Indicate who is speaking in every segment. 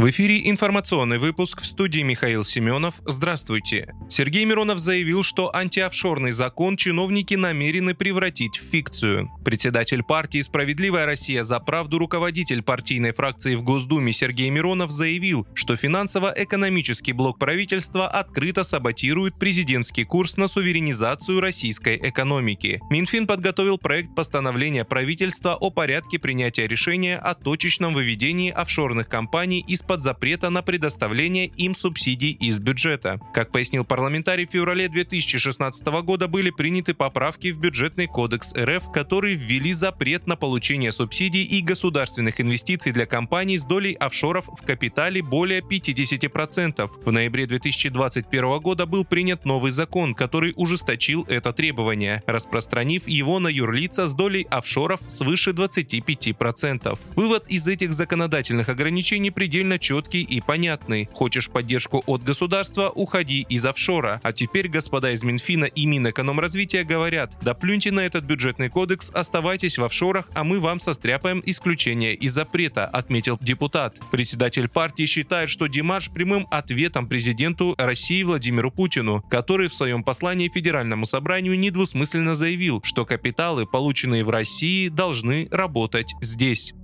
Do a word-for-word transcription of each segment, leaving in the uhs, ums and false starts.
Speaker 1: В эфире информационный выпуск, в студии Михаил Семенов. Здравствуйте. Сергей Миронов заявил, что антиофшорный закон чиновники намерены превратить в фикцию. Председатель партии «Справедливая Россия за правду», руководитель партийной фракции в Госдуме Сергей Миронов заявил, что финансово-экономический блок правительства открыто саботирует президентский курс на суверенизацию российской экономики. Минфин подготовил проект постановления правительства о порядке принятия решения о точечном выведении офшорных компаний из под запрета на предоставление им субсидий из бюджета. Как пояснил парламентарий, в феврале две тысячи шестнадцатого года были приняты поправки в бюджетный кодекс эр эф, которые ввели запрет на получение субсидий и государственных инвестиций для компаний с долей офшоров в капитале более пятьдесят процентов. В ноябре две тысячи двадцать первого года был принят новый закон, который ужесточил это требование, распространив его на юрлица с долей офшоров свыше двадцати пяти процентов. Вывод из этих законодательных ограничений предельно четкий и понятный. Хочешь поддержку от государства – уходи из офшора. А теперь господа из Минфина и Минэкономразвития говорят: да плюньте на этот бюджетный кодекс, оставайтесь в офшорах, а мы вам состряпаем исключение из запрета, отметил депутат. Председатель партии считает, что демарш прямым ответом президенту России Владимиру Путину, который в своем послании Федеральному собранию недвусмысленно заявил, что капиталы, полученные в России, должны работать здесь.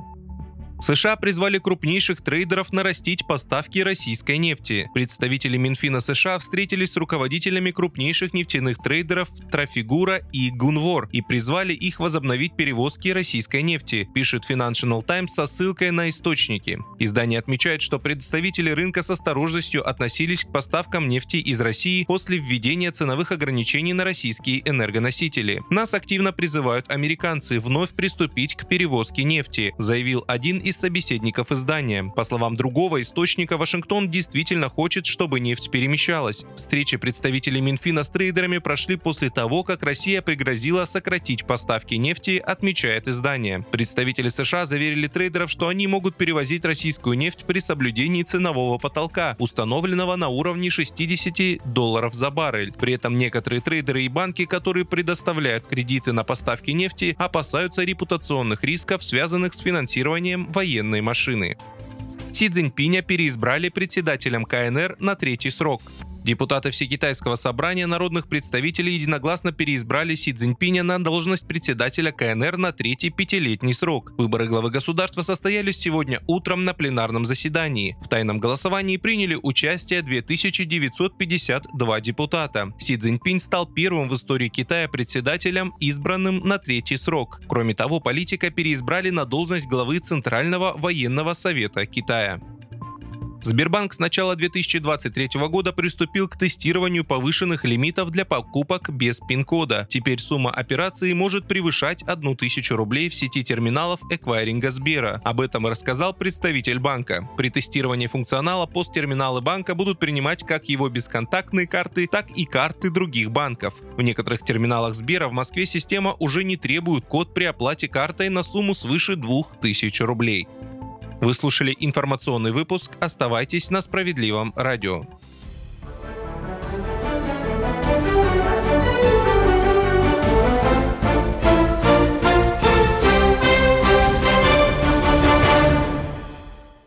Speaker 1: США призвали крупнейших трейдеров нарастить поставки российской нефти. Представители Минфина США встретились с руководителями крупнейших нефтяных трейдеров Трафигура и Гунвор и призвали их возобновить перевозки российской нефти, пишет Financial Times со ссылкой на источники. Издание отмечает, что представители рынка с осторожностью относились к поставкам нефти из России после введения ценовых ограничений на российские энергоносители. Нас активно призывают американцы вновь приступить к перевозке нефти, заявил один из из собеседников издания. По словам другого источника, Вашингтон действительно хочет, чтобы нефть перемещалась. Встречи представителей Минфина с трейдерами прошли после того, как Россия пригрозила сократить поставки нефти, отмечает издание. Представители США заверили трейдеров, что они могут перевозить российскую нефть при соблюдении ценового потолка, установленного на уровне шестидесяти долларов за баррель. При этом некоторые трейдеры и банки, которые предоставляют кредиты на поставки нефти, опасаются репутационных рисков, связанных с финансированием военной машины. Си Цзиньпиня переизбрали председателем ка эн эр на третий срок. Депутаты Всекитайского собрания народных представителей единогласно переизбрали Си Цзиньпиня на должность председателя ка эн эр на третий пятилетний срок. Выборы главы государства состоялись сегодня утром на пленарном заседании. В тайном голосовании приняли участие две тысячи девятьсот пятьдесят два депутата. Си Цзиньпинь стал первым в истории Китая председателем, избранным на третий срок. Кроме того, политика переизбрали на должность главы Центрального военного совета Китая. Сбербанк с начала две тысячи двадцать третьего года приступил к тестированию повышенных лимитов для покупок без пин-кода. Теперь сумма операции может превышать одну тысячу рублей в сети терминалов эквайринга Сбера. Об этом рассказал представитель банка. При тестировании функционала посттерминалы банка будут принимать как его бесконтактные карты, так и карты других банков. В некоторых терминалах Сбера в Москве система уже не требует код при оплате картой на сумму свыше двух тысяч рублей. Вы слушали информационный выпуск. Оставайтесь на Справедливом радио.